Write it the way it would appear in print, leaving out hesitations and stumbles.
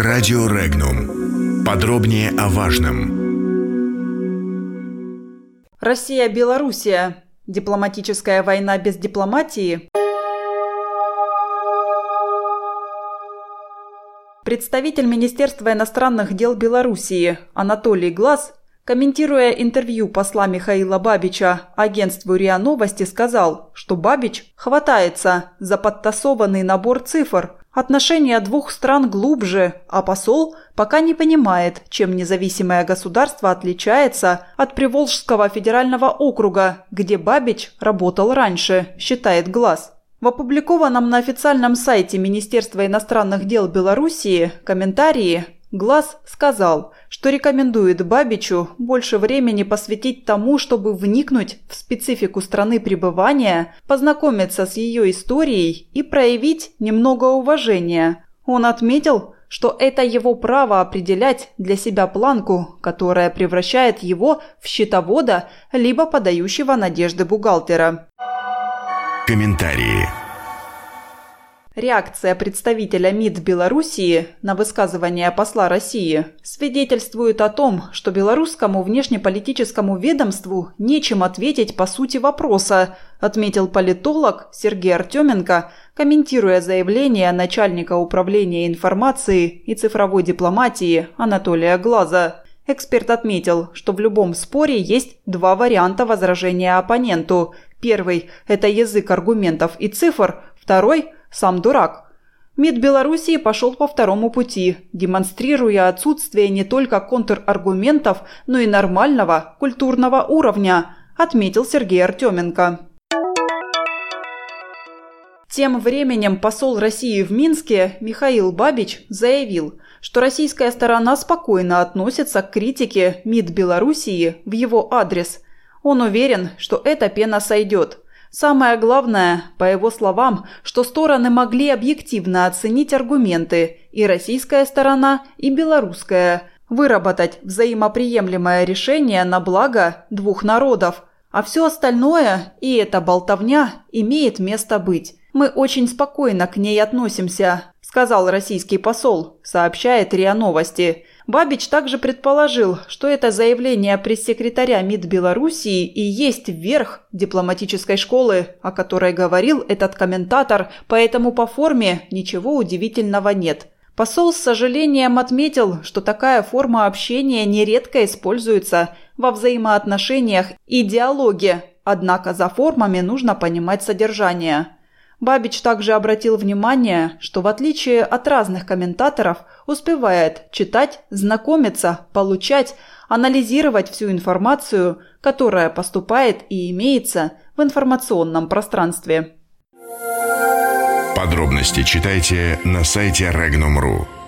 Радио Регнум. Подробнее о важном. Россия-Белоруссия. Дипломатическая война без дипломатии. Представитель Министерства иностранных дел Белоруссии Анатолий Глаз, комментируя интервью посла Михаила Бабича агентству РИА Новости, сказал, что Бабич хватается за подтасованный набор цифр. Отношения двух стран глубже, а посол пока не понимает, чем независимое государство отличается от Приволжского федерального округа, где Бабич работал раньше, считает Глаз. В опубликованном на официальном сайте Министерства иностранных дел Белоруссии комментарии Глаз сказал, что рекомендует Бабичу больше времени посвятить тому, чтобы вникнуть в специфику страны пребывания, познакомиться с ее историей и проявить немного уважения. Он отметил, что это его право определять для себя планку, которая превращает его в счетовода либо подающего надежды бухгалтера. Комментарии. Реакция представителя МИД Белоруссии на высказывание посла России свидетельствует о том, что белорусскому внешнеполитическому ведомству нечем ответить по сути вопроса, отметил политолог Сергей Артеменко, комментируя заявление начальника управления информации и цифровой дипломатии Анатолия Глаза. Эксперт отметил, что в любом споре есть два варианта возражения оппоненту. Первый – это язык аргументов и цифр, второй – сам дурак. МИД Белоруссии пошел по второму пути, демонстрируя отсутствие не только контраргументов, но и нормального культурного уровня, отметил Сергей Артеменко. Тем временем посол России в Минске Михаил Бабич заявил, что российская сторона спокойно относится к критике МИД Белоруссии в его адрес. Он уверен, что эта пена сойдет. Самое главное, по его словам, что стороны могли объективно оценить аргументы, и российская сторона, и белорусская, выработать взаимоприемлемое решение на благо двух народов. А все остальное, и эта болтовня, имеет место быть. Мы очень спокойно к ней относимся, сказал российский посол, сообщает РИА Новости. Бабич также предположил, что это заявление пресс-секретаря МИД Белоруссии и есть верх дипломатической школы, о которой говорил этот комментатор, поэтому по форме ничего удивительного нет. Посол с сожалением отметил, что такая форма общения нередко используется во взаимоотношениях и диалоге, однако за формами нужно понимать содержание. Бабич также обратил внимание, что в отличие от разных комментаторов успевает читать, знакомиться, получать, анализировать всю информацию, которая поступает и имеется в информационном пространстве. Подробности читайте на сайте Regnum.ru.